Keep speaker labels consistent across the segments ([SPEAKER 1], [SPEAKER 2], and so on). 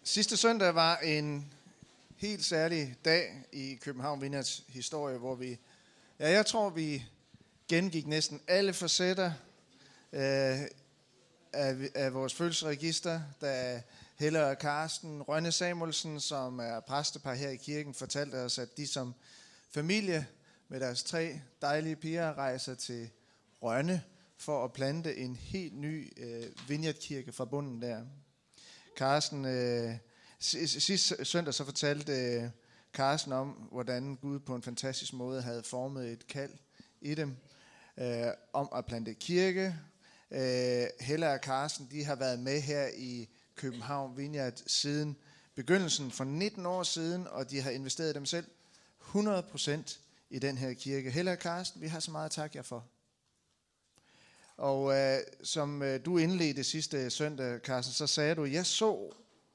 [SPEAKER 1] Sidste søndag var en helt særlig dag i København Vineyards historie, hvor jeg tror, vi gennemgik næsten alle facetter af vores følelsesregister, da Helle og Karsten Rønne Samuelsen, som er præstepar her i kirken, fortalte os, at de som familie med deres 3 dejlige piger rejser til Rønne for at plante en helt ny vineyardkirke fra bunden der. Karsten, sidste søndag så fortalte Karsten om, hvordan Gud på en fantastisk måde havde formet et kald i dem, om at plante kirke. Helle og Karsten, de har været med her i København Vineyard siden begyndelsen for 19 år siden, og de har investeret dem selv 100% i den her kirke. Helle og Karsten, vi har så meget at takke jer for. Og som du indledte sidste søndag, Karsten, så sagde du, jeg så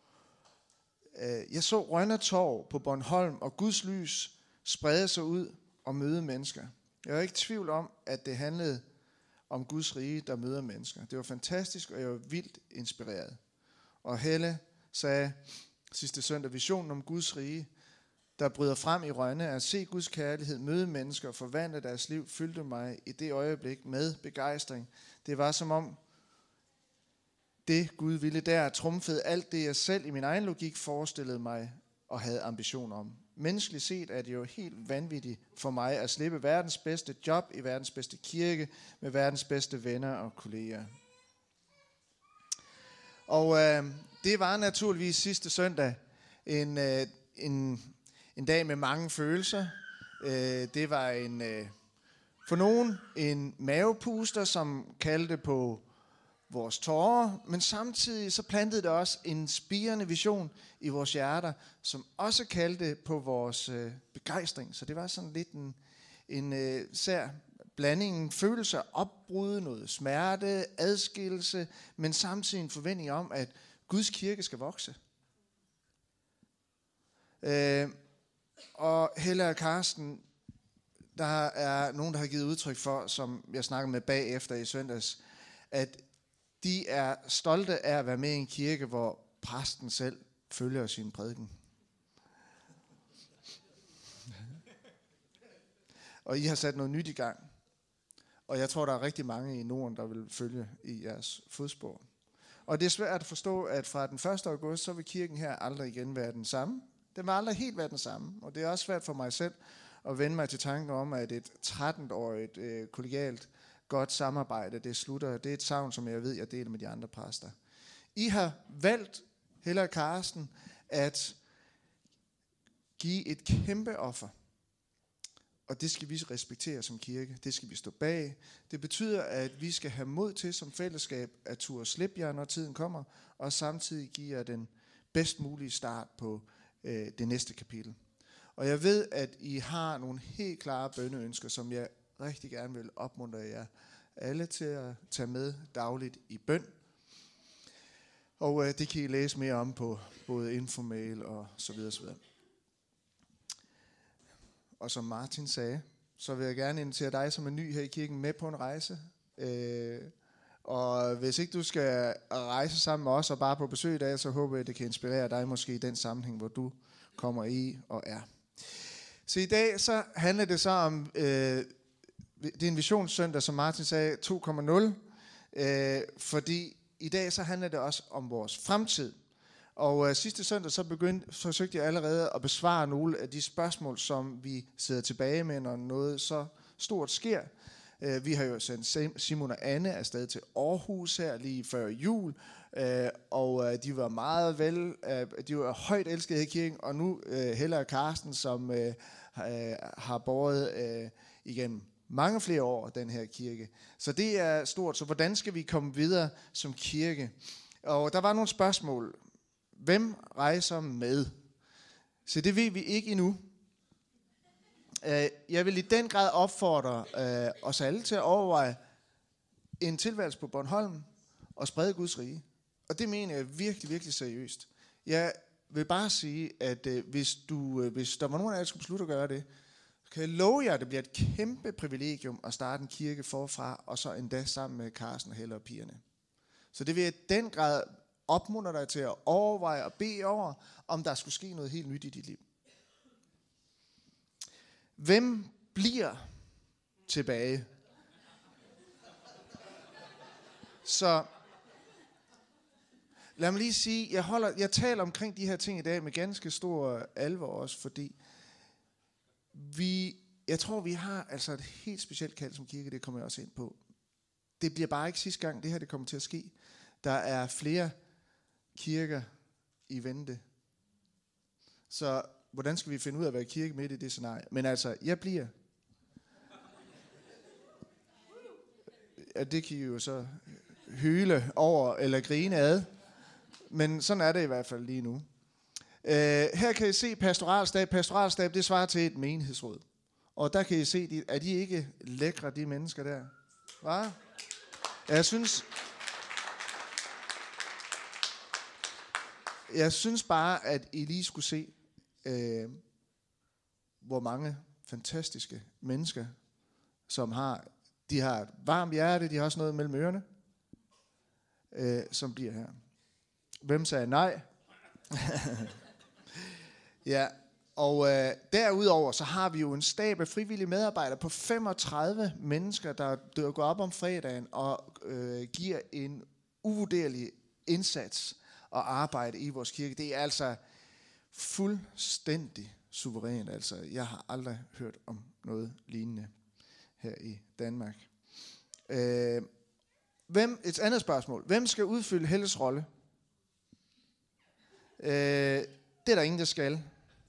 [SPEAKER 1] Rønne Torv på Bornholm, og Guds lys sprede sig ud og møde mennesker. Jeg var ikke i tvivl om, at det handlede om Guds rige, der møder mennesker. Det var fantastisk, og jeg var vildt inspireret. Og Helle sagde sidste søndag, visionen om Guds rige, der bryder frem i Rønne, at se Guds kærlighed, møde mennesker og forvandle deres liv, fyldte mig i det øjeblik med begejstring. Det var som om det Gud ville der trumfede alt det, jeg selv i min egen logik forestillede mig og havde ambitioner om. Menneskeligt set er det jo helt vanvittigt for mig at slippe verdens bedste job i verdens bedste kirke med verdens bedste venner og kolleger. Og det var naturligvis sidste søndag en dag med mange følelser. Det var for nogen en mavepuster, som kaldte på vores tårer, men samtidig så plantede det også en spirende vision i vores hjerter, som også kaldte på vores begejstring. Så det var sådan lidt en sær blanding, følelser, opbrud, noget smerte, adskillelse, men samtidig en forventning om, at Guds kirke skal vokse. Og Helle og Karsten, der er nogen, der har givet udtryk for, som jeg snakkede med bagefter i søndags, at de er stolte af at være med i en kirke, hvor præsten selv følger sin prædiken. Og I har sat noget nyt i gang. Og jeg tror, der er rigtig mange i Norden, der vil følge i jeres fodspor. Og det er svært at forstå, at fra den 1. august, så vil kirken her aldrig igen være den samme. Den vil aldrig helt være den samme. Og det er også svært for mig selv at vende mig til tanken om, at et 13-årigt kollegialt godt samarbejde, det slutter. Det er et savn, som jeg ved, jeg deler med de andre præster. I har valgt, Helle og Karsten, at give et kæmpe offer. Og det skal vi respektere som kirke. Det skal vi stå bag. Det betyder, at vi skal have mod til som fællesskab at turde slippe jer, når tiden kommer, og samtidig give jer den bedst mulige start på det næste kapitel. Og jeg ved, at I har nogle helt klare bønneønsker, som jeg rigtig gerne vil opmuntre jer alle til at tage med dagligt i bøn. Og det kan I læse mere om på både infomail og så videre, så videre. Og som Martin sagde, så vil jeg gerne invitere dig, som er ny her i kirken, med på en rejse. Og hvis ikke du skal rejse sammen med os og bare på besøg i dag, så håber jeg, at det kan inspirere dig måske i den sammenhæng, hvor du kommer i og er. Så i dag så handler det så om, det er en visionssøndag, som Martin sagde, 2.0, fordi i dag så handler det også om vores fremtid. Og sidste søndag så forsøgte jeg allerede at besvare nogle af de spørgsmål, som vi sidder tilbage med, når noget så stort sker. Vi har jo sendt Simon og Anne afsted til Aarhus her lige før jul, og de var de var højt elskede i kirken, og nu Helle og Karsten, som har båret igennem mange flere år den her kirke. Så det er stort. Så hvordan skal vi komme videre som kirke? Og der var nogle spørgsmål. Hvem rejser med? Så det ved vi ikke endnu. Jeg vil i den grad opfordre os alle til at overveje en tilværelse på Bornholm og sprede Guds rige. Og det mener jeg virkelig, virkelig seriøst. Jeg vil bare sige, at hvis der var nogen af jer, der skulle beslutte at gøre det, så kan jeg love jer, at det bliver et kæmpe privilegium at starte en kirke forfra, og så endda sammen med Karsten og Helle og pigerne. Så det vil jeg i den grad opmuntre dig til at overveje og bede over, om der skulle ske noget helt nyt i dit liv. Hvem bliver tilbage? Så lad mig lige sige, jeg taler omkring de her ting i dag med ganske stor alvor også, fordi jeg tror, vi har altså et helt specielt kald som kirke, det kommer jeg også ind på. Det bliver bare ikke sidste gang, det her det kommer til at ske. Der er flere kirker i vente. Så hvordan skal vi finde ud af at være kirke midt i det scenarie? Men altså, jeg bliver. Ja, det kan I jo så hyle over eller grine ad. Men sådan er det i hvert fald lige nu. Her kan I se pastoralstab. Pastoralstab, det svarer til et menighedsråd. Og der kan I se, er de ikke lækre, de mennesker der? Hvad? Jeg synes bare, at I lige skulle se, hvor mange fantastiske mennesker, de har et varmt hjerte, de har også noget mellem ørerne, som bliver her. Hvem sagde nej? Ja, og derudover så har vi jo en stab af frivillige medarbejdere på 35 mennesker, der går op om fredagen og giver en uvurderlig indsats og arbejde i vores kirke. Det er altså fuldstændig suverænt. Altså, jeg har aldrig hørt om noget lignende her i Danmark. Et andet spørgsmål. Hvem skal udfylde Helles rolle? Det er der ingen, der skal.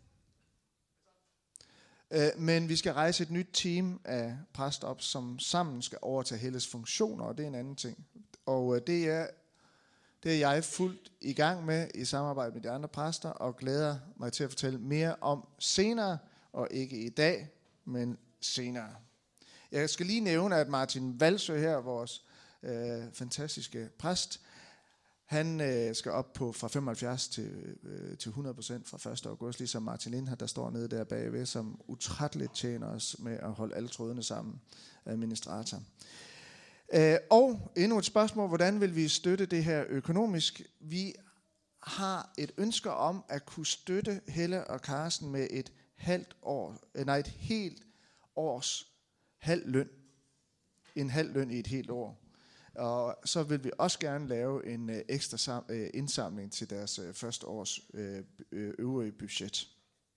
[SPEAKER 1] Men vi skal rejse et nyt team af præster op, som sammen skal overtage Helles funktioner, og det er en anden ting. Og det er jeg fuldt i gang med i samarbejde med de andre præster, og glæder mig til at fortælle mere om senere, og ikke i dag, men senere. Jeg skal lige nævne, at Martin Valsø her, vores fantastiske præst, han skal op på fra 75 til 100% fra 1. august, ligesom Martin Lindhardt, der står nede der bagved, som utrætteligt tjener os med at holde alle trådene sammen, administrator. Og endnu et spørgsmål, hvordan vil vi støtte det her økonomisk? Vi har et ønske om at kunne støtte Helle og Carsten med et helt års halv løn. En halv løn i et helt år. Og så vil vi også gerne lave en ekstra indsamling til deres første års øvrige budget.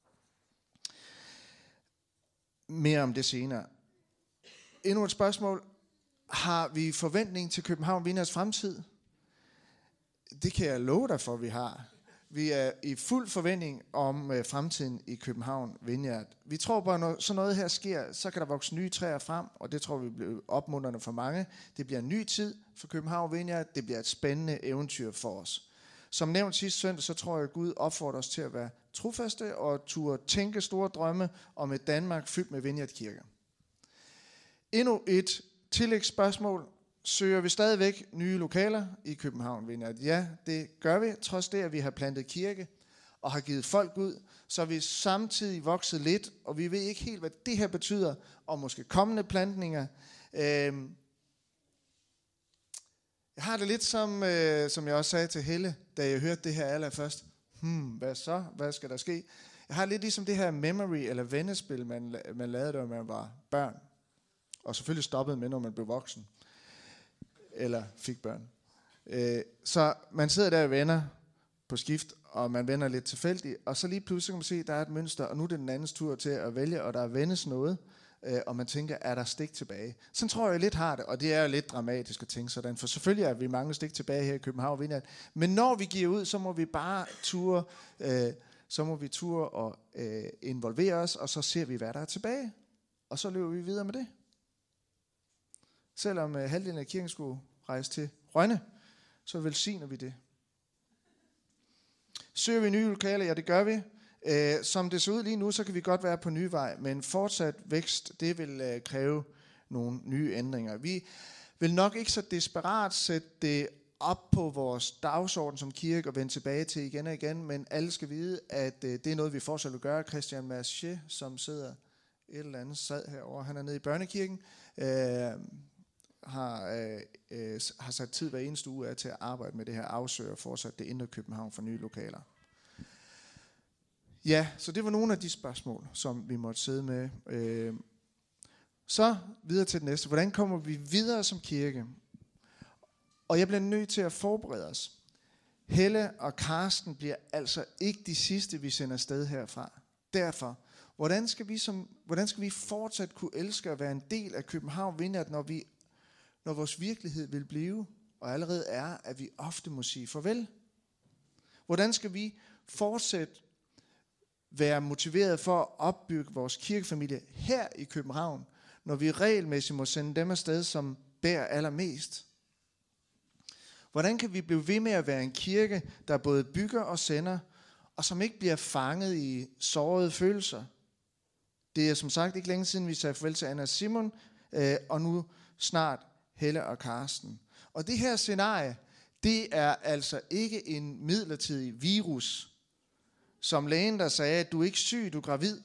[SPEAKER 1] Mere om det senere. Endnu et spørgsmål. Har vi forventning til København Vineyards fremtid? Det kan jeg love dig for, vi har. Vi er i fuld forventning om fremtiden i København Vineyard. Vi tror på, at når sådan noget her sker, så kan der vokse nye træer frem, og det tror vi bliver opmuntrende for mange. Det bliver en ny tid for København Vineyard. Det bliver et spændende eventyr for os. Som nævnt sidste søndag, så tror jeg, at Gud opfordrer os til at være trofaste og turde tænke store drømme om et Danmark fyldt med Vineyardkirker. Endnu et tillægsspørgsmål. Søger vi stadigvæk nye lokaler i København Vineyard? Ja, det gør vi. Trods det, at vi har plantet kirke og har givet folk ud, så er vi samtidig vokset lidt, og vi ved ikke helt, hvad det her betyder, og måske kommende plantninger. Jeg har det lidt som jeg også sagde til Helle, da jeg hørte det her allerførst. Hvad så? Hvad skal der ske? Jeg har lidt ligesom det her memory eller vennespil, man lavede, da man var børn. Og selvfølgelig stoppede med, når man blev voksen. Eller fik børn. Så man sidder der og venner på skift, og man vender lidt tilfældigt, og så lige pludselig kan man se, at der er et mønster, og nu er det den andens tur til at vælge, og der vendes noget, og man tænker, er der stik tilbage? Sådan tror jeg lidt har det, og det er jo lidt dramatisk at tænke sådan, for selvfølgelig er vi mange stik tilbage her i København Vineyard, men når vi giver ud, så må vi bare ture og involvere os, og så ser vi, hvad der er tilbage, og så løber vi videre med det. Selvom halvdelen af kirken skulle rejse til Rønne, så velsigner vi det. Søger vi nye lokaler? Ja, det gør vi. Som det ser ud lige nu, så kan vi godt være på ny vej, men fortsat vækst, det vil kræve nogle nye ændringer. Vi vil nok ikke så desperat sætte det op på vores dagsorden som kirke og vende tilbage til igen og igen, men alle skal vide, at det er noget, vi fortsat vil gøre. Christian Mercier, som sidder et eller andet sad herovre, han er nede i børnekirken, har sat tid hver eneste uge af til at arbejde med det her, afsøger fortsat det indre København for nye lokaler. Ja, så det var nogle af de spørgsmål, som vi måtte sidde med. Så videre til det næste. Hvordan kommer vi videre som kirke? Og jeg bliver nødt til at forberede os. Helle og Karsten bliver altså ikke de sidste, vi sender afsted herfra. Derfor, hvordan skal vi fortsat kunne elske at være en del af København Vineyard, når vores virkelighed vil blive, og allerede er, at vi ofte må sige farvel? Hvordan skal vi fortsat være motiveret for at opbygge vores kirkefamilie her i København, når vi regelmæssigt må sende dem afsted, som bærer allermest? Hvordan kan vi blive ved med at være en kirke, der både bygger og sender, og som ikke bliver fanget i sårede følelser? Det er som sagt ikke længe siden, vi sagde farvel til Anna og Simon, og nu snart Helle og Karsten. Og det her scenarie, det er altså ikke en midlertidig virus, som lægen, der sagde, at du er ikke syg, du er gravid.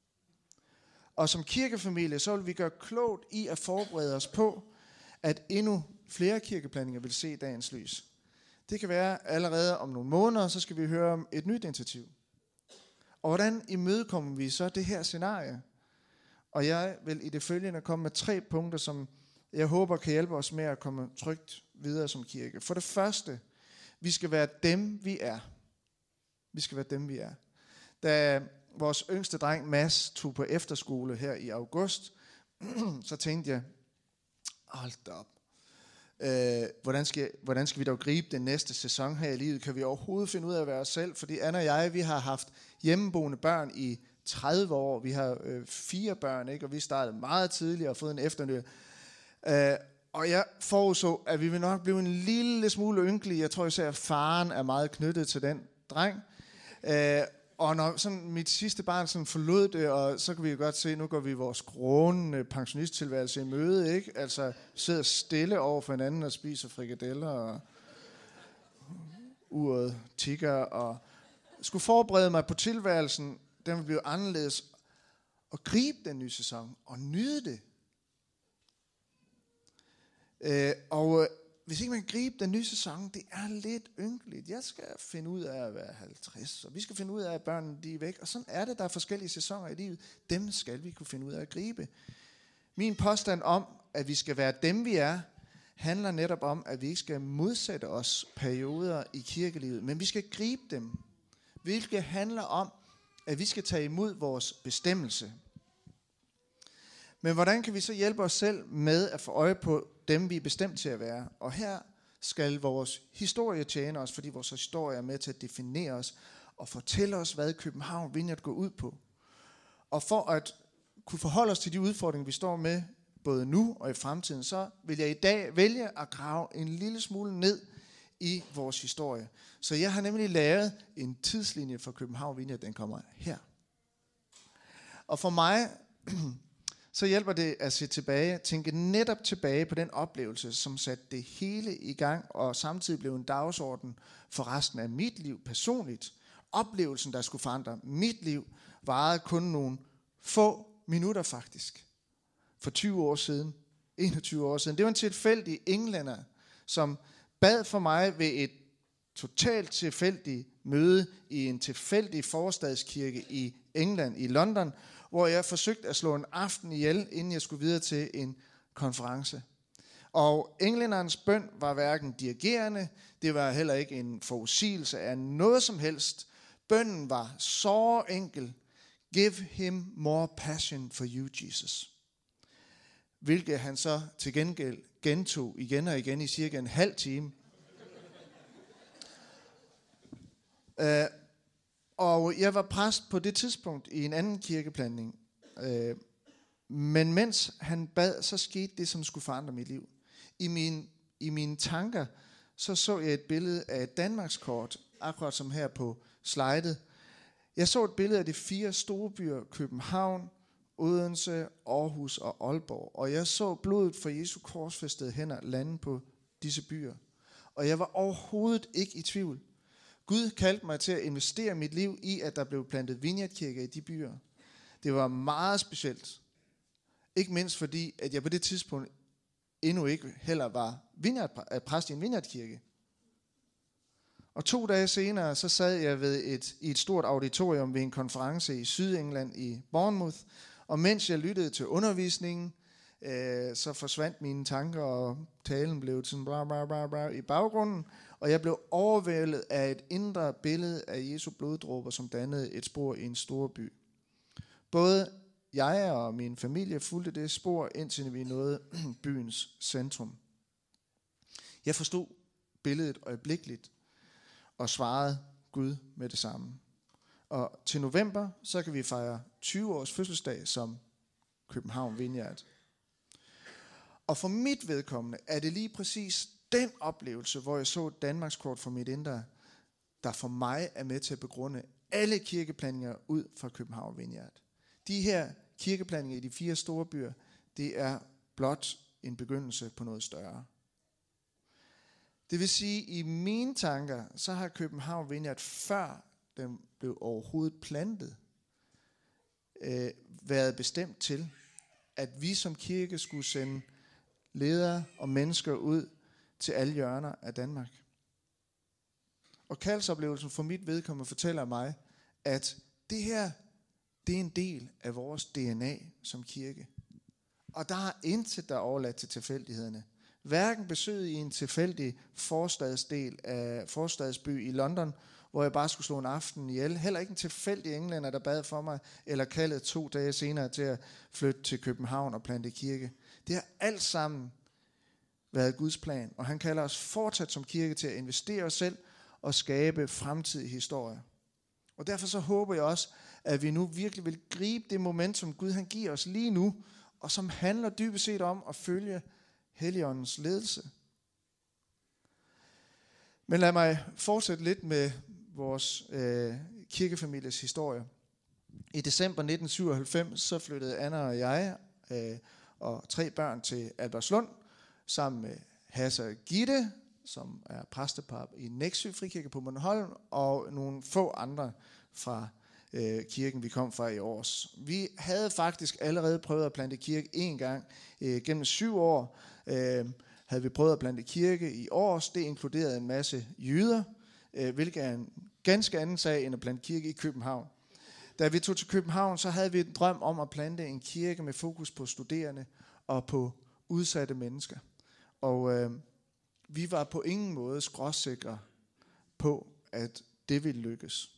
[SPEAKER 1] Og som kirkefamilie, så vil vi gøre klogt i at forberede os på, at endnu flere kirkeplanninger vil se dagens lys. Det kan være allerede om nogle måneder, så skal vi høre om et nyt initiativ. Og hvordan imødekommer vi så det her scenarie? Og jeg vil i det følgende komme med 3 punkter, som jeg håber kan hjælpe os med at komme trygt videre som kirke. For det første, vi skal være dem, vi er. Vi skal være dem, vi er. Da vores yngste dreng Mads tog på efterskole her i august, så tænkte jeg, hold da op. Hvordan skal vi dog gribe den næste sæson her i livet? Kan vi overhovedet finde ud af at være os selv? Fordi Anna og jeg, vi har haft hjemmeboende børn i 30 år. Vi har 4 børn, ikke? Og vi startede meget tidligt og fået en efterløn. Og jeg forudså, at vi vil nok blive en lille smule ynkelige. Jeg tror især, at faren er meget knyttet til den dreng. Og når sådan mit sidste barn sådan forlod det, og så kan vi jo godt se, nu går vi vores grånende pensionisttilværelse i møde, ikke? Altså sidder stille over for hinanden og spiser frikadeller, og uret tigger, og skulle forberede mig på tilværelsen, den vil blive anderledes, og gribe den nye sæson, og nyde det. Og hvis ikke man kan gribe den nye sæson, det er lidt ynkeligt. Jeg skal finde ud af at være 50, og vi skal finde ud af, at børnene de er væk. Og sådan er det, der er forskellige sæsoner i livet. Dem skal vi kunne finde ud af at gribe. Min påstand om, at vi skal være dem, vi er, handler netop om, at vi ikke skal modsætte os perioder i kirkelivet, men vi skal gribe dem. Hvilket handler om, at vi skal tage imod vores bestemmelse. Men hvordan kan vi så hjælpe os selv med at få øje på dem, vi er bestemt til at være? Og her skal vores historie tjene os, fordi vores historie er med til at definere os og fortælle os, hvad København Vineyard går ud på. Og for at kunne forholde os til de udfordringer, vi står med, både nu og i fremtiden, så vil jeg i dag vælge at grave en lille smule ned i vores historie. Så jeg har nemlig lavet en tidslinje for København Vineyard, den kommer her. Og for mig så hjælper det at se tilbage, tænke netop tilbage på den oplevelse, som satte det hele i gang, og samtidig blev en dagsorden for resten af mit liv personligt. Oplevelsen, der skulle forandre mit liv, varede kun nogle få minutter faktisk. For 20 år siden, 21 år siden. Det var en tilfældig englænder, som bad for mig ved et totalt tilfældigt møde i en tilfældig forstadskirke i England, i London, hvor jeg forsøgte at slå en aften ihjel, inden jeg skulle videre til en konference. Og englænderens bøn var hverken dirigerende, det var heller ikke en forudsigelse af noget som helst. Bønnen var så enkel. Give him more passion for you, Jesus. Hvilket han så til gengæld gentog igen og igen i cirka en halv time. Og jeg var præst på det tidspunkt i en anden kirkeplanning. Men mens han bad, så skete det, som skulle forandre mit liv. I mine tanker, så jeg et billede af et Danmarkskort, akkurat som her på slidet. Jeg så et billede af de 4 store byer, København, Odense, Aarhus og Aalborg. Og jeg så blodet fra Jesu korsfæstede hænder lande på disse byer. Og jeg var overhovedet ikke i tvivl. Gud kaldte mig til at investere mit liv i, at der blev plantet vineyardkirker i de byer. Det var meget specielt. Ikke mindst fordi, at jeg på det tidspunkt endnu ikke heller var præst i en vineyardkirke. Og 2 dage senere, så sad jeg i et stort auditorium ved en konference i Sydengland i Bournemouth, og mens jeg lyttede til undervisningen, så forsvandt mine tanker, og talen blev sådan bla bla bla bla i baggrunden, og jeg blev overvældet af et indre billede af Jesu bloddråber, som dannede et spor i en stor by. Både jeg og min familie fulgte det spor, indtil vi nåede byens centrum. Jeg forstod billedet øjeblikkeligt, og svarede Gud med det samme. Og til november, så kan vi fejre 20 års fødselsdag som København Vineyard. Og for mit vedkommende er det lige præcis den oplevelse, hvor jeg så Danmarkskort for mit indre, der for mig er med til at begrunde alle kirkeplanninger ud fra København Vineyard. De her kirkeplanninger i de 4 store byer, det er blot en begyndelse på noget større. Det vil sige, i mine tanker, så har København Vineyard, før den blev overhovedet plantet, været bestemt til, at vi som kirke skulle sende ledere og mennesker ud til alle hjørner af Danmark. Og kaldsoplevelsen for mit vedkommende fortæller mig, at det her, det er en del af vores DNA som kirke. Og der er intet, der er overladt til tilfældighederne. Hverken besøget i en tilfældig forstadsby i London, hvor jeg bare skulle slå en aften ihjel. Heller ikke en tilfældig englænder, der bad for mig, eller kaldet 2 dage senere til at flytte til København og plante kirke. Det har alt sammen været Guds plan, og han kalder os fortsat som kirke til at investere os selv og skabe fremtidig historie. Og derfor så håber jeg også, at vi nu virkelig vil gribe det momentum, Gud han giver os lige nu, og som handler dybest set om at følge Helligåndens ledelse. Men lad mig fortsætte lidt med vores kirkefamilies historie. I december 1997 så flyttede Anna og jeg og 3 børn til Albertslund sammen med Hasse og Gitte, som er præstepar i Nexø Frikirke på Bornholm, og nogle få andre fra kirken, vi kom fra i Års. Vi havde faktisk allerede prøvet at plante kirke 1 gang. Gennem 7 år havde vi prøvet at plante kirke i Års. Det inkluderede en masse jyder, hvilket er en ganske anden sag end at plante kirke i København. Da vi tog til København, så havde vi en drøm om at plante en kirke med fokus på studerende og på udsatte mennesker. Og vi var på ingen måde skråsikre på, at det ville lykkes.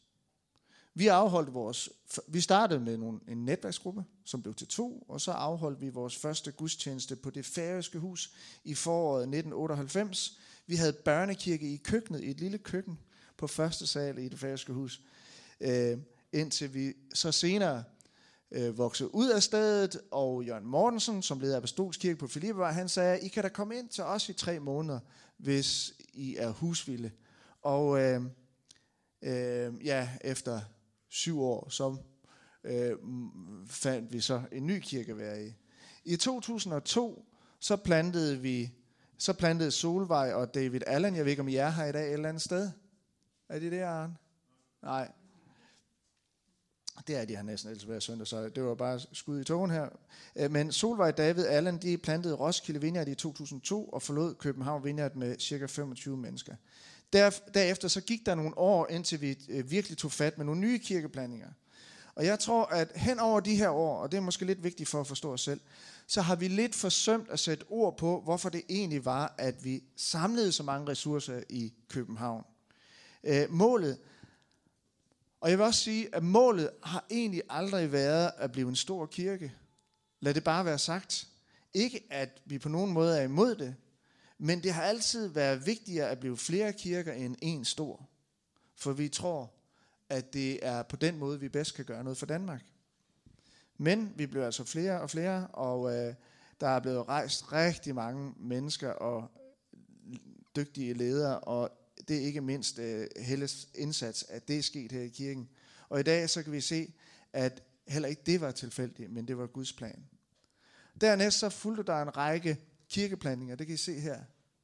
[SPEAKER 1] Vi startede med en netværksgruppe, som blev til 2, og så afholdt vi vores første gudstjeneste på det færøske hus i foråret 1998. Vi havde børnekirke i køkkenet, i et lille køkken på første sal i det færøske hus, indtil vi så senere voksede ud af stedet, og Jørgen Mortensen, som leder Apostolsk Kirke på Filippevej, han sagde, I kan da komme ind til os i 3 måneder, hvis I er husvilde. Og efter 7 år, så fandt vi så en ny kirke at være i. I 2002, så plantede Solvej og David Allen, jeg ved ikke, om I er her i dag et eller andet sted. Er det det, Arne? Nej. Det er de her næsten ellers hver søndag, så det var bare skud i togen her. Men Solvej og David Allen, de plantede Roskilde Vineyard i 2002 og forlod København Vineyard med ca. 25 mennesker. Derefter så gik der nogle år, indtil vi virkelig tog fat med nogle nye kirkeplanninger. Og jeg tror, at hen over de her år, og det er måske lidt vigtigt for at forstå os selv, så har vi lidt forsømt at sætte ord på, hvorfor det egentlig var, at vi samlede så mange ressourcer i København. Og jeg vil også sige, at målet har egentlig aldrig været at blive en stor kirke. Lad det bare være sagt. Ikke at vi på nogen måde er imod det, men det har altid været vigtigere at blive flere kirker end en stor. For vi tror, at det er på den måde, vi bedst kan gøre noget for Danmark. Men vi bliver altså flere og flere, og der er blevet rejst rigtig mange mennesker og dygtige ledere, og det er ikke mindst Helles indsats, at det er sket her i kirken. Og i dag så kan vi se, at heller ikke det var tilfældigt, men det var Guds plan. Dernæst så fulgte der en række kirkeplanninger, det kan I se her.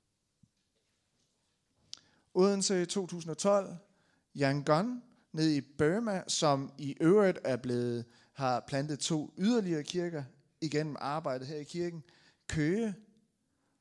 [SPEAKER 1] Odense i 2012, Yangon nede i Burma, som i øvrigt har plantet 2 yderligere kirker igennem arbejdet her i kirken. Køge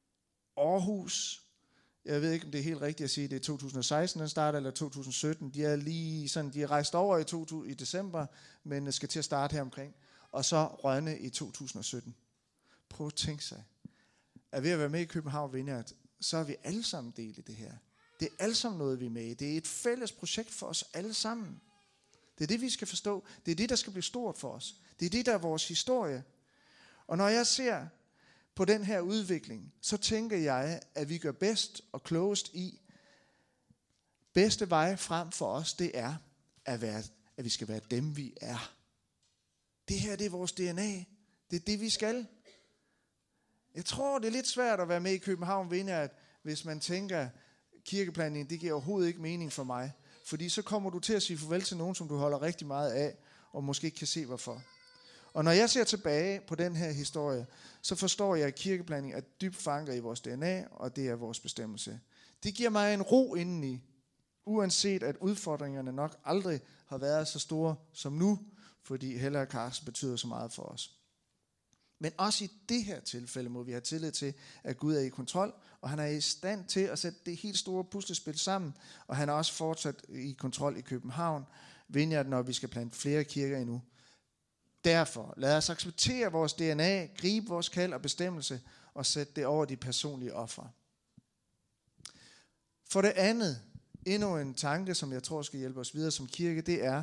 [SPEAKER 1] Aarhus, jeg ved ikke, om det er helt rigtigt at sige, at det er 2016, den starter, eller 2017. De er rejst over i december, men skal til at starte her omkring. Og så Rønne i 2017. Prøv at tænke sig, at ved at være med i København Vineyard, så er vi alle sammen del i det her. Det er alle sammen noget, vi er med i. Det er et fælles projekt for os alle sammen. Det er det, vi skal forstå. Det er det, der skal blive stort for os. Det er det, der er vores historie. Og når jeg ser på den her udvikling, så tænker jeg, at vi gør bedst og klogest i, bedste vej frem for os, det er, at vi skal være dem, vi er. Det her, det er vores DNA. Det er det, vi skal. Jeg tror, det er lidt svært at være med i København Vineyard, hvis man tænker, kirkeplanning, det giver overhovedet ikke mening for mig. Fordi så kommer du til at sige farvel til nogen, som du holder rigtig meget af, og måske ikke kan se hvorfor. Og når jeg ser tilbage på den her historie, så forstår jeg, at kirkeplanning er dybt forankret i vores DNA, og det er vores bestemmelse. Det giver mig en ro indeni, uanset at udfordringerne nok aldrig har været så store som nu, fordi Helle og Karsten betyder så meget for os. Men også i det her tilfælde må vi have tillid til, at Gud er i kontrol, og han er i stand til at sætte det helt store puslespil sammen, og han er også fortsat i kontrol i København Vineyard, når vi skal plante flere kirker endnu. Derfor, lad os acceptere vores DNA, gribe vores kald og bestemmelse, og sætte det over de personlige ofre. For det andet, endnu en tanke, som jeg tror skal hjælpe os videre som kirke, det er,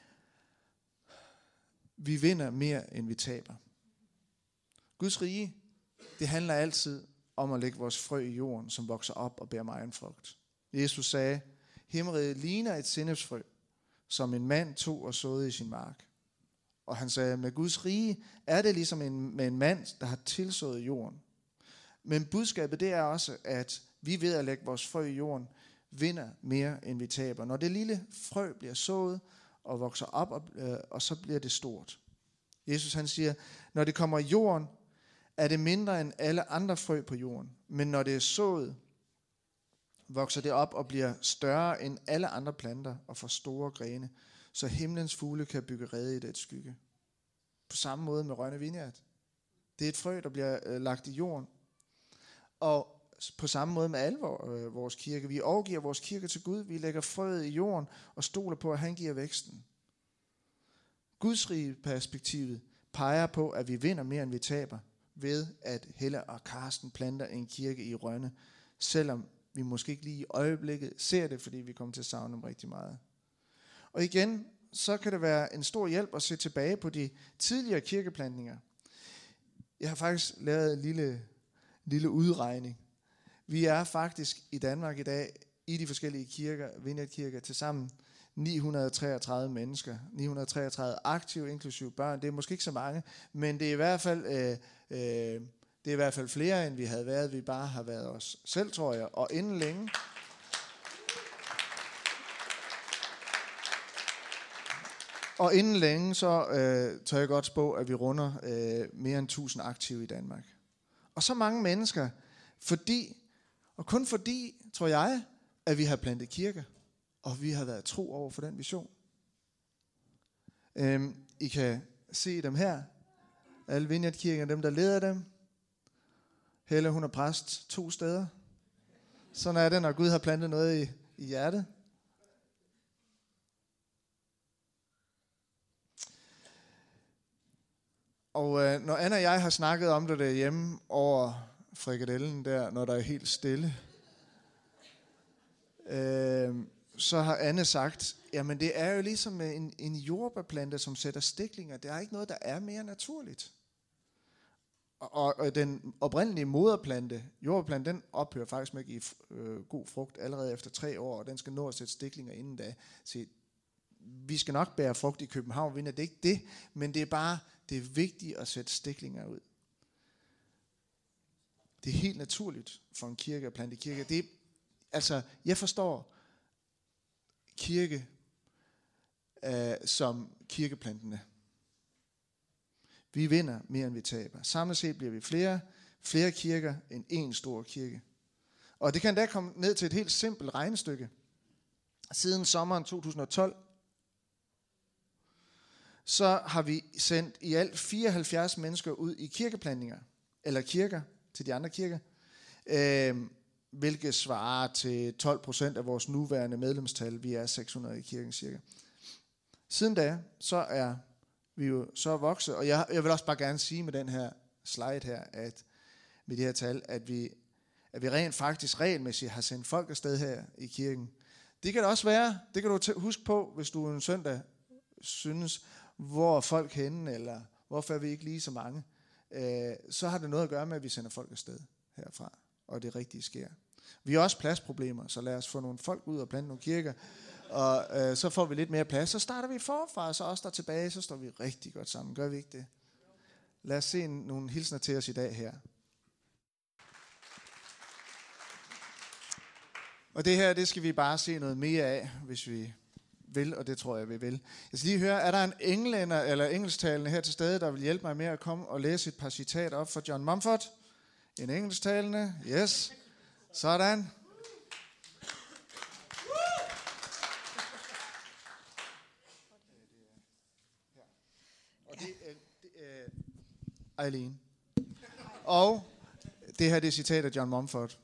[SPEAKER 1] vi vinder mere, end vi taber. Guds rige, det handler altid om at lægge vores frø i jorden, som vokser op og bærer megen frugt. Jesus sagde, himmeriget ligner et sennepsfrø, som en mand tog og såede i sin mark. Og han sagde, med Guds rige er det ligesom med en mand, der har tilsået jorden. Men budskabet det er også, at vi ved at lægge vores frø i jorden, vinder mere, end vi taber. Når det lille frø bliver sået og vokser op, og så bliver det stort. Jesus han siger, når det kommer i jorden, er det mindre end alle andre frø på jorden. Men når det er sået, vokser det op og bliver større end alle andre planter og får store grene, så himlens fugle kan bygge rede i det skygge. På samme måde med Rønne Vineyard. Det er et frø, der bliver lagt i jorden. Og på samme måde med alle vores kirke. Vi overgiver vores kirke til Gud. Vi lægger frøet i jorden og stoler på, at han giver væksten. Guds rige perspektivet peger på, at vi vinder mere, end vi taber, ved at Helle og Karsten planter en kirke i Rønne, selvom vi måske ikke lige i øjeblikket ser det, fordi vi kommer til at savne dem rigtig meget. Og igen, så kan det være en stor hjælp at se tilbage på de tidligere kirkeplantninger. Jeg har faktisk lavet en lille udregning. Vi er faktisk i Danmark i dag, i de forskellige kirker, Vineyardkirker, til sammen 933 mennesker. 933 aktive, inklusive børn. Det er måske ikke så mange, men det er i hvert fald flere, end vi havde været. Vi bare har været os selv, tror jeg, og inden længe. Og inden længe, så tør jeg godt spå, at vi runder mere end 1000 aktive i Danmark. Og så mange mennesker, kun fordi, tror jeg, at vi har plantet kirker, og vi har været tro over for den vision. I kan se dem her. Alle Vineyardkirker, dem der leder dem. Helle, hun er præst 2 steder. Sådan er det, når Gud har plantet noget i hjertet. Og når Anna og jeg har snakket om det derhjemme over frikadellen der, når der er helt stille, så har Anne sagt, jamen det er jo ligesom med en jordbærplante, som sætter stiklinger. Det er ikke noget, der er mere naturligt. Og den oprindelige moderplante, jordbærplante, den ophører faktisk med at give god frugt allerede efter 3 år, og den skal nå at sætte stiklinger inden da. Så vi skal nok bære frugt i København Vineyard, det er ikke det, men det er vigtigt at sætte stiklinger ud. Det er helt naturligt for en kirke at plante kirke. Jeg forstår kirke som kirkeplantene. Vi vinder mere, end vi taber. Samlet set bliver vi flere kirker end en stor kirke. Og det kan da komme ned til et helt simpelt regnestykke. Siden sommeren 2012, så har vi sendt i alt 74 mennesker ud i kirkeplantninger, eller kirker til de andre kirker. hvilket svarer til 12% af vores nuværende medlemstal. Vi er 600 i kirken cirka. Siden da, så er vi jo så vokset, og jeg vil også bare gerne sige med den her slide her, at med det her tal, at vi rent faktisk regelmæssigt har sendt folk afsted her i kirken. Det kan det også være, det kan du huske på, hvis du en søndag synes, hvor er folk henne, eller hvorfor er vi ikke lige så mange, så har det noget at gøre med, at vi sender folk afsted herfra, og det rigtige sker. Vi har også pladsproblemer, så lad os få nogle folk ud og plante nogle kirker, og så får vi lidt mere plads, så starter vi forfra, så også der tilbage, så står vi rigtig godt sammen. Gør vi ikke det? Lad os se nogle hilsner til os i dag her. Og det her, det skal vi bare se noget mere af, hvis vi vil, og det tror jeg, vi vil. Jeg skal lige høre, er der en englænder eller engelsktalende her til stede, der vil hjælpe mig med at komme og læse et par citater op for John Mumford? En engelsktalende? Yes. Sådan. Og det er Eileen. Og det her, det er citat af John Mumford,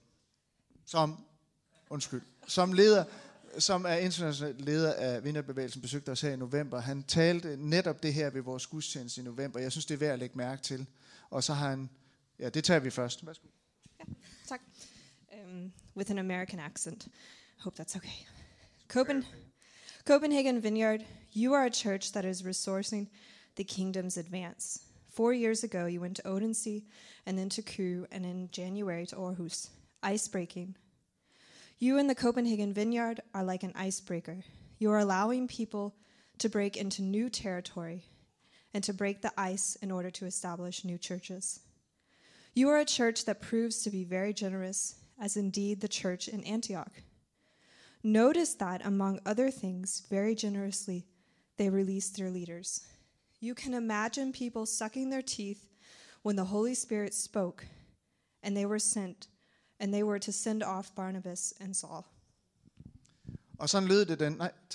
[SPEAKER 1] som er international leder af Vinderbevægelsen, besøgte os her i november. Han talte netop det her ved vores gudstjeneste i november. Jeg synes, det er værd at lægge mærke til. Og så har han... Ja, det tager vi først. Værsgo.
[SPEAKER 2] Ja, tak. With an American accent. Hope that's okay. Copenhagen Vineyard, you are a church that is resourcing the kingdom's advance. 4 years ago, you went to Odense, and then to Køge, and in January to Aarhus. Ice-breaking. You in the Copenhagen Vineyard are like an icebreaker. You are allowing people to break into new territory and to break the ice in order to establish new churches. You are a church that proves to be very generous, as indeed the church in Antioch. Notice that, among other things, very generously, they released their leaders. You can imagine people sucking their teeth when the Holy Spirit spoke, and they were to send off Barnabas and Saul.
[SPEAKER 1] Og sådan lød det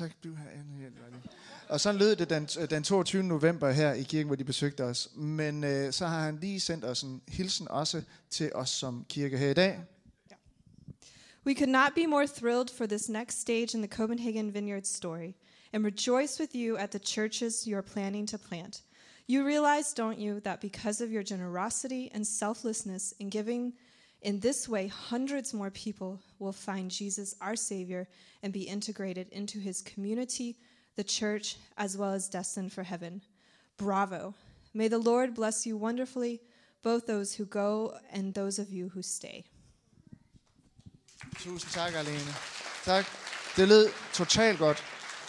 [SPEAKER 1] den 22. november her i kirken, hvor de besøgte os. Men så har han lige sendt os en hilsen også til os som kirke her i dag.
[SPEAKER 2] We could not be more thrilled for this next stage in the Copenhagen Vineyard story and rejoice with you at the churches you are planning to plant. You realize, don't you, that because of your generosity and selflessness in giving in this way, hundreds more people will find Jesus, our Savior, and be integrated into his community, the church, as well as destined for heaven. Bravo. May the Lord bless you wonderfully, both those who go and those of you who stay.
[SPEAKER 1] Tusind tak, Alene. Tak. Det lød totalt godt.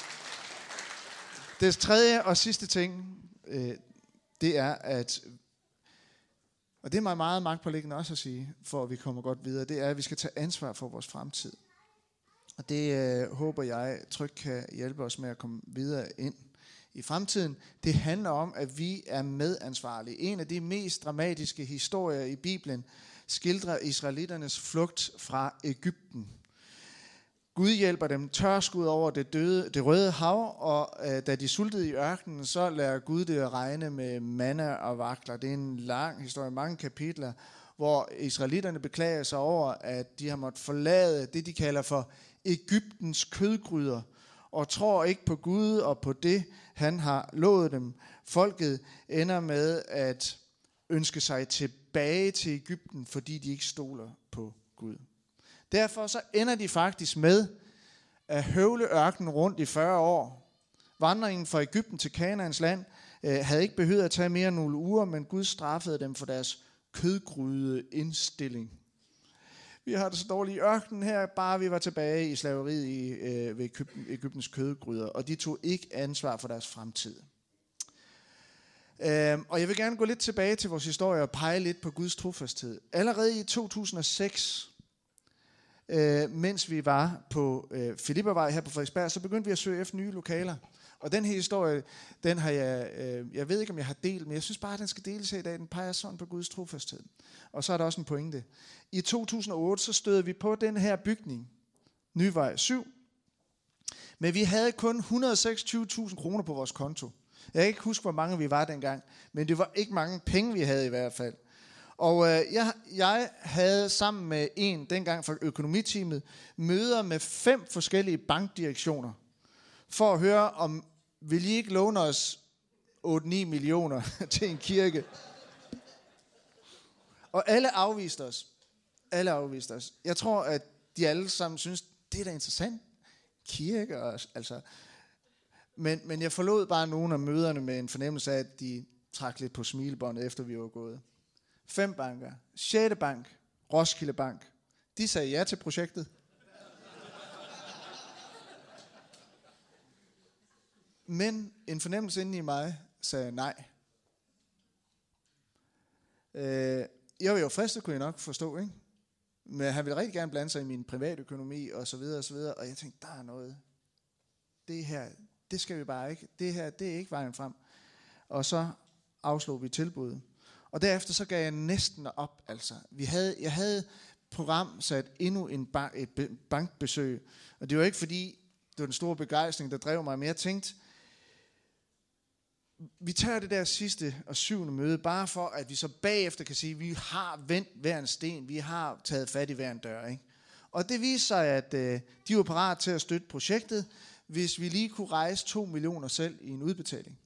[SPEAKER 1] Det tredje og sidste ting, det er, at, og det er mig meget magtpåliggende også at sige, for at vi kommer godt videre, det er, at vi skal tage ansvar for vores fremtid. Og det håber jeg trygt kan hjælpe os med at komme videre ind i fremtiden. Det handler om, at vi er medansvarlige. En af de mest dramatiske historier i Bibelen skildrer israeliternes flugt fra Egypten. Gud hjælper dem tørskud over det røde hav, og da de sultede i ørkenen, så lader Gud det regne med manna og vakler. Det er en lang historie, mange kapitler, hvor israelitterne beklager sig over, at de har måttet forlade det, de kalder for Egyptens kødgryder, og tror ikke på Gud og på det, han har lovet dem. Folket ender med at ønske sig tilbage til Egypten, fordi de ikke stoler på Gud. Derfor så ender de faktisk med at høvle ørkenen rundt i 40 år. Vandringen fra Egypten til Kanaans land havde ikke behøvet at tage mere end nogle uger, men Gud straffede dem for deres kødgryde indstilling. Vi har det så dårligt i ørkenen her, bare vi var tilbage i slaveriet ved Egyptens kødgryder, og de tog ikke ansvar for deres fremtid. Og jeg vil gerne gå lidt tilbage til vores historie og pege lidt på Guds trofasthed. Allerede i 2006, mens vi var på Filippervej her på Frederiksberg, så begyndte vi at søge efter nye lokaler. Og den her historie, den har jeg ved ikke, om jeg har delt, men jeg synes bare, at den skal deles her i dag. Den peger sådan på Guds trofasthed. Og så er der også en pointe. I 2008, så stødte vi på den her bygning, Nyvej 7. Men vi havde kun 126.000 kroner på vores konto. Jeg kan ikke huske, hvor mange vi var dengang, men det var ikke mange penge, vi havde i hvert fald. Og jeg havde sammen med en, dengang fra økonomiteamet, møder med 5 forskellige bankdirektioner, for at høre, om vil I ikke låne os 8-9 millioner til en kirke. Og alle afviste os. Alle afviste os. Jeg tror, at de alle sammen synes, det er da interessant. Kirke, altså. Men jeg forlod bare nogle af møderne med en fornemmelse af, at de trak lidt på smilebåndet, efter vi var gået. 5 banker. 6. bank, Roskilde Bank. De sagde ja til projektet. Men en fornemmelse inde i mig sagde nej. Jeg var jo fristet, kunne jeg nok forstå, ikke? Men han ville rigtig gerne blande sig i min privatøkonomi og så videre og så videre. Og jeg tænkte, der er noget. Det her, det skal vi bare ikke. Det her, det er ikke vejen frem. Og så afslog vi tilbuddet. Og derefter så gav jeg næsten op, altså. Jeg havde program sat endnu et bankbesøg. Og det var ikke fordi, det var den store begejstring, der drev mig. Men jeg tænkte, vi tager det der sidste og 7. møde, bare for at vi så bagefter kan sige, at vi har vendt hver en sten, vi har taget fat i hver en dør. Ikke? Og det viste sig, at de var parat til at støtte projektet, hvis vi lige kunne rejse 2 millioner selv i en udbetaling.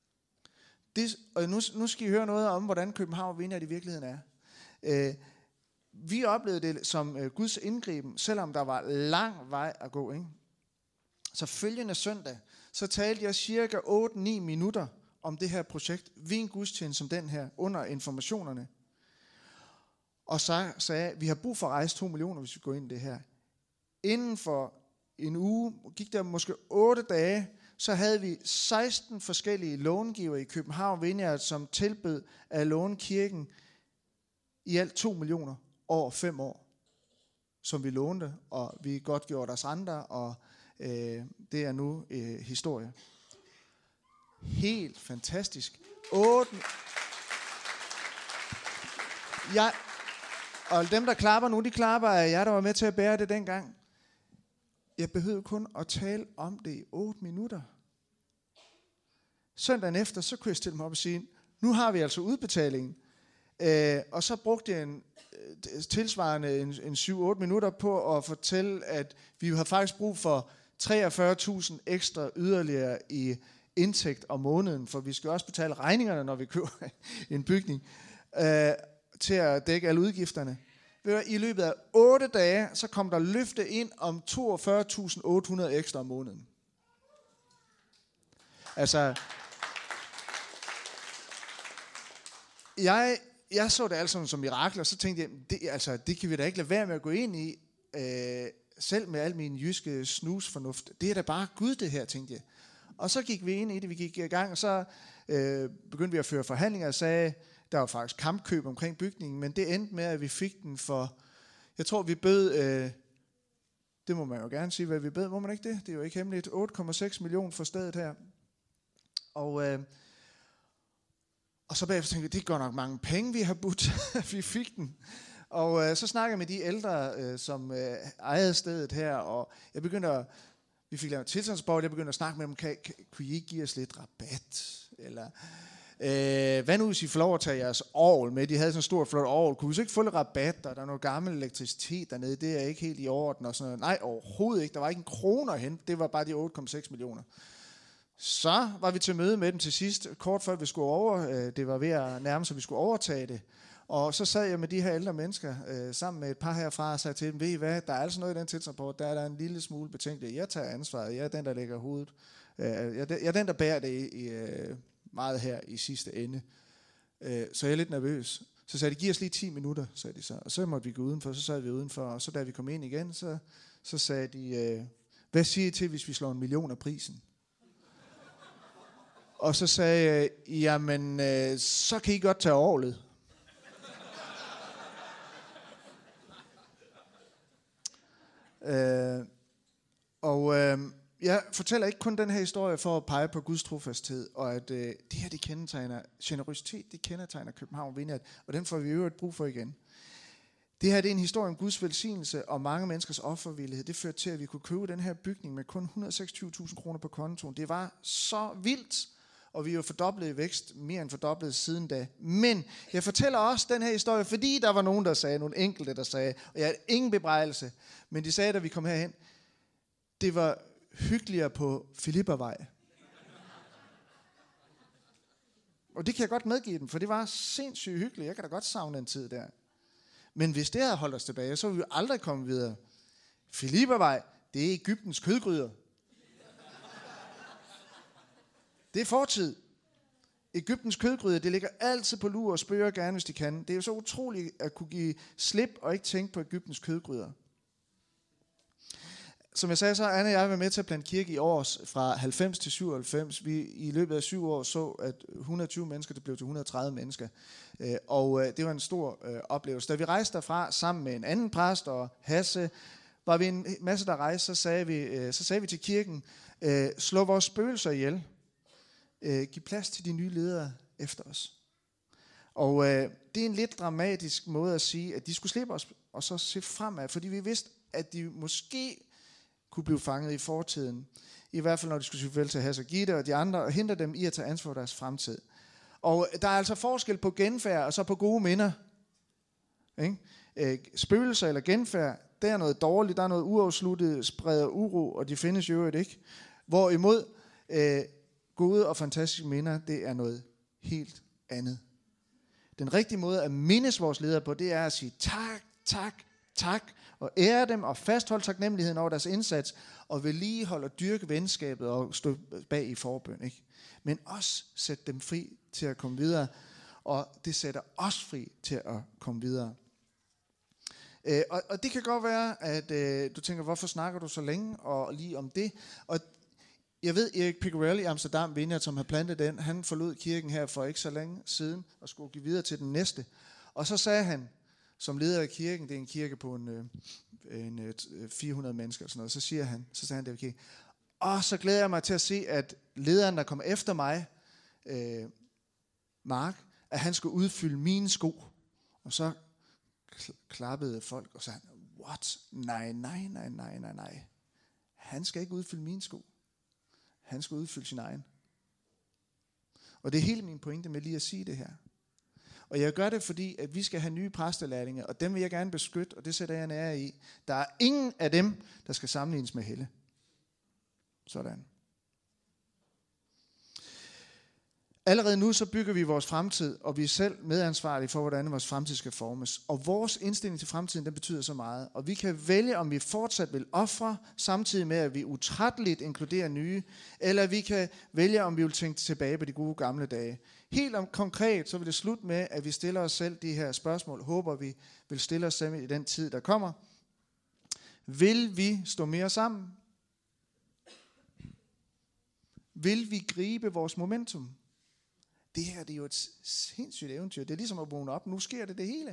[SPEAKER 1] Og nu skal I høre noget om, hvordan København Vineyard i virkeligheden er. Vi oplevede det som Guds indgriben, selvom der var lang vej at gå. Ikke? Så følgende søndag, så talte jeg cirka 8-9 minutter om det her projekt, ved en gudstjeneste som den her, under informationerne. Og så sagde jeg, vi har brug for at rejse 2 millioner, hvis vi går ind i det her. Inden for en uge, gik der måske 8 dage, så havde vi 16 forskellige långiver i København Vineyard, som tilbød at låne kirken i alt 2 millioner over 5 år, som vi lånte, og vi godt gjorde os andre, og det er nu historie. Helt fantastisk. 8. Og dem, der klapper nu, de klapper af jer, der var med til at bære det dengang. Jeg behøvede kun at tale om det i 8 minutter. Søndagen efter, så kunne jeg stille mig op og sige, nu har vi altså udbetalingen. Og så brugte jeg tilsvarende en 7-8 minutter på at fortælle, at vi har faktisk brug for 43.000 ekstra yderligere i indtægt om måneden, for vi skal også betale regningerne, når vi køber en bygning, til at dække alle udgifterne. I løbet af 8 dage, så kom der løfte ind om 42.800 ekstra om måneden. Altså, jeg så det altså som mirakler, og så tænkte jeg, det kan vi da ikke lade være med at gå ind i, selv med al min jyske snusfornuft. Det er da bare Gud det her, tænkte jeg. Og så gik vi ind i det, vi gik i gang, og så begyndte vi at føre forhandlinger og sagde, der var faktisk kampkøb omkring bygningen, men det endte med, at vi fik den for, jeg tror vi bød, det må man jo gerne sige, hvad vi bød, må man ikke det? Det er jo ikke hemmeligt, 8,6 millioner for stedet her. Og så bagefter tænkte vi, det går nok mange penge, vi har budt, vi fik den. Og så snakkede jeg med de ældre, som ejede stedet her, og jeg begyndte vi fik lavet tilstandsbord, jeg begyndte at snakke med dem, kunne I ikke give os lidt rabat? Eller, hvad nu hvis I får lov at tage jeres orgel med? De havde sådan en stor flot orgel. Kunne vi så ikke få lidt rabat? Der er noget gammel elektricitet dernede, det er ikke helt i orden. Og sådan noget. Nej, overhovedet ikke. Der var ikke en krone at hente. Det var bare de 8,6 millioner. Så var vi til møde med dem til sidst, kort før vi skulle det var ved at nærme sig, vi skulle overtage det. Og så sad jeg med de her ældre mennesker sammen med et par herfra og sagde til dem, ved I hvad, der er altså noget i den tidsrapport, der er en lille smule betænkeligt. Jeg tager ansvaret, jeg er den, der lægger hovedet. Jeg er den, der bærer det meget her i sidste ende. Så jeg er lidt nervøs. Så sagde de, giv os lige 10 minutter, sagde de så. Og så måtte vi gå udenfor, så sad vi udenfor, og så da vi kom ind igen, så sagde de, hvad siger I til, hvis vi slår 1 million af prisen? Og så sagde jeg, jamen, så kan I godt tage orglet. Jeg fortæller ikke kun den her historie for at pege på Guds trofasthed, og at det her, det kendetegner generøsitet, det kendetegner København Vineyard, og den får vi jo et brug for igen. Det her, det er en historie om Guds velsignelse og mange menneskers offervillighed. Det førte til, at vi kunne købe den her bygning med kun 126.000 kroner på kontoen. Det var så vildt og vi er jo fordoblet i vækst, mere end fordoblet siden da. Men jeg fortæller også den her historie, fordi der var nogen, der sagde, nogle enkelte, der sagde, og jeg har ingen bebrejdelse, men de sagde, da vi kom herhen, det var hyggeligere på Filippervej. Og det kan jeg godt medgive dem, for det var sindssygt hyggeligt. Jeg kan da godt savne en tid der. Men hvis det havde holdt os tilbage, så ville vi aldrig komme videre. Filippervej, det er Egyptens kødgryder. Det er fortid. Egyptens kødgryder, det ligger altid på lur og spørger gerne, hvis de kan. Det er jo så utroligt at kunne give slip og ikke tænke på Egyptens kødgryder. Som jeg sagde, så Anne og jeg var med til at plante kirke i år fra 90 til 97. Vi i løbet af 7 år så, at 120 mennesker, det blev til 130 mennesker. Og det var en stor oplevelse. Da vi rejste derfra sammen med en anden præst og Hasse, var vi en masse, der rejste, så sagde vi til kirken, slå vores spøgelser ihjel. Giv plads til de nye ledere efter os. Og det er en lidt dramatisk måde at sige, at de skulle slippe os og så se fremad, fordi vi vidste, at de måske kunne blive fanget i fortiden. I hvert fald, når de skulle sige farvel til Hasse og Gitte og de andre, og hindre dem i at tage ansvar for deres fremtid. Og der er altså forskel på genfærd og så på gode minder. Ikke? Spøgelser eller genfærd, det er noget dårligt, der er noget uafsluttet, spreder uro, og de findes jo ikke. Hvorimod gode og fantastiske minder, det er noget helt andet. Den rigtige måde at mindes vores ledere på, det er at sige tak, tak, tak, og ære dem og fastholde taknemmeligheden over deres indsats, og vedligeholde og dyrke venskabet og stå bag i forbøn. Ikke? Men også sætte dem fri til at komme videre, og det sætter os fri til at komme videre. Og det kan godt være, at du tænker, hvorfor snakker du så længe og lige om det? Og jeg ved, Erik Picarelli i Amsterdam, Vineyard, som har plantet den, han forlod kirken her for ikke så længe siden, og skulle give videre til den næste. Og så sagde han, som leder af kirken, det er en kirke på en 400 mennesker og sådan noget, så sagde han det, okay. Og så glæder jeg mig til at se, at lederen, der kommer efter mig, Mark, at han skulle udfylde mine sko. Og så klappede folk og sagde, what? Nej. Han skal ikke udfylde mine sko. Han skal udfylde sin egen. Og det er hele min pointe med lige at sige det her. Og jeg gør det, fordi at vi skal have nye præstelærlinge, og dem vil jeg gerne beskytte, og det sætter jeg en ære i. Der er ingen af dem, der skal sammenlignes med Helle. Sådan. Allerede nu så bygger vi vores fremtid, og vi er selv medansvarlige for, hvordan vores fremtid skal formes. Og vores indstilling til fremtiden, den betyder så meget. Og vi kan vælge, om vi fortsat vil ofre, samtidig med, at vi utrætteligt inkluderer nye, eller vi kan vælge, om vi vil tænke tilbage på de gode gamle dage. Helt konkret, så vil det slutte med, at vi stiller os selv de her spørgsmål. Håber vi vil stille os selv i den tid, der kommer. Vil vi stå mere sammen? Vil vi gribe vores momentum? Det her, det er jo et sindssygt eventyr. Det er ligesom at vågne op. Nu sker det hele.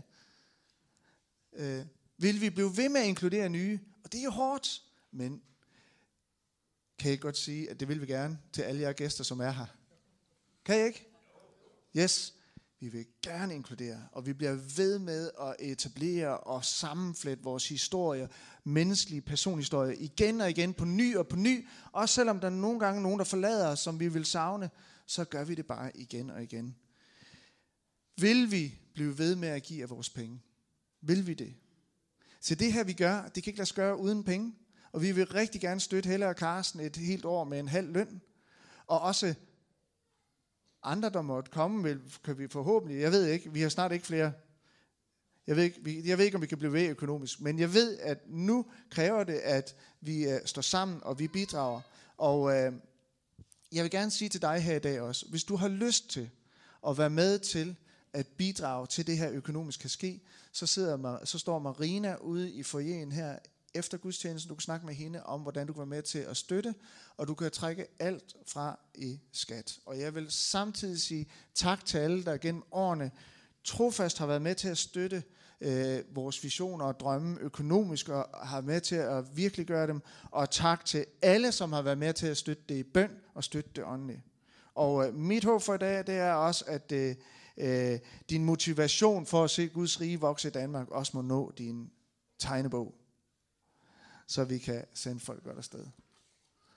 [SPEAKER 1] Vil vi blive ved med at inkludere nye? Og det er jo hårdt. Men kan I godt sige, at det vil vi gerne til alle jer gæster, som er her? Kan I ikke? Yes. Vi vil gerne inkludere. Og vi bliver ved med at etablere og sammenflette vores historie, menneskelige personhistorie, igen og igen, på ny og på ny. Også selvom der er nogle gange nogen, der forlader os, som vi vil savne, så gør vi det bare igen og igen. Vil vi blive ved med at give af vores penge? Vil vi det? Så det her vi gør, det kan ikke lade sig gøre uden penge. Og vi vil rigtig gerne støtte Helle og Carsten et helt år med en halv løn. Og også andre, der måtte komme, kan vi forhåbentlig, jeg ved ikke, vi har snart ikke flere. Jeg ved ikke, om vi kan blive ved økonomisk, men jeg ved, at nu kræver det, at vi står sammen, og vi bidrager. Og jeg vil gerne sige til dig her i dag også, hvis du har lyst til at være med til at bidrage til det her økonomisk kan ske, så står Marina ude i foyeren her efter gudstjenesten. Du kan snakke med hende om, hvordan du kan være med til at støtte, og du kan trække alt fra i skat. Og jeg vil samtidig sige tak til alle, der gennem årene trofast har været med til at støtte vores visioner og drømme økonomisk, og har med til at virkelig gøre dem. Og tak til alle, som har været med til at støtte det i bøn og støtte det åndeligt. Og mit håb for i dag, det er også, at din motivation for at se Guds rige vokse i Danmark også må nå din tegnebog, så vi kan sende folk godt afsted.